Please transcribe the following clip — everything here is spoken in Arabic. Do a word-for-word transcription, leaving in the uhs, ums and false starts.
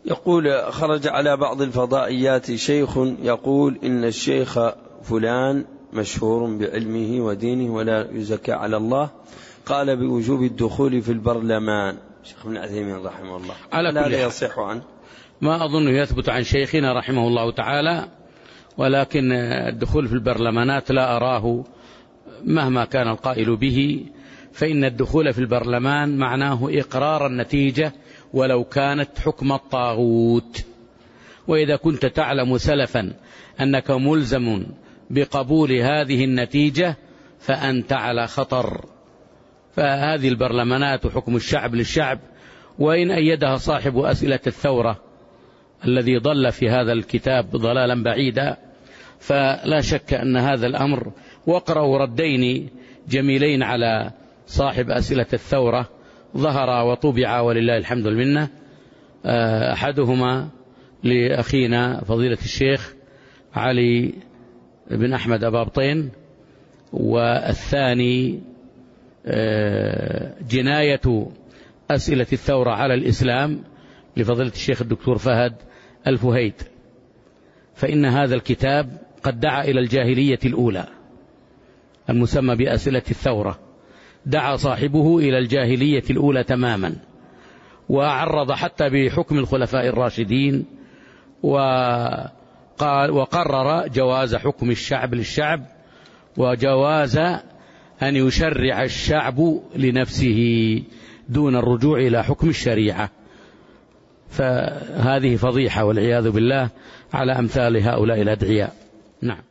يقول: خرج على بعض الفضائيات شيخ يقول إن الشيخ فلان مشهور بعلمه ودينه ولا يزكى على الله، قال بوجوب الدخول في البرلمان. شيخ ابن عثيمين رحمه الله، على كل لا يصح عنه. ما أظن يثبت عن شيخنا رحمه الله تعالى، ولكن الدخول في البرلمانات لا أراه مهما كان القائل به، فإن الدخول في البرلمان معناه إقرار النتيجة ولو كانت حكم الطاغوت. وإذا كنت تعلم سلفا أنك ملزم بقبول هذه النتيجة فأنت على خطر. فهذه البرلمانات حكم الشعب للشعب، وإن أيدها صاحب أسئلة الثورة الذي ضل في هذا الكتاب ضلالا بعيدا، فلا شك أن هذا الأمر. واقرأوا ردين جميلين على صاحب أسئلة الثورة ظهر وطبع ولله الحمد والمنة، أحدهما لأخينا فضيلة الشيخ علي بن أحمد أبابطين، والثاني جناية أسئلة الثورة على الإسلام لفضيلة الشيخ الدكتور فهد الفهيد. فإن هذا الكتاب قد دعا إلى الجاهلية الأولى المسمى بأسئلة الثورة، دعا صاحبه إلى الجاهلية الأولى تماما، وعرض حتى بحكم الخلفاء الراشدين، وقال وقرر جواز حكم الشعب للشعب، وجواز أن يشرع الشعب لنفسه دون الرجوع إلى حكم الشريعة. فهذه فضيحة والعياذ بالله على أمثال هؤلاء الأدعياء. نعم.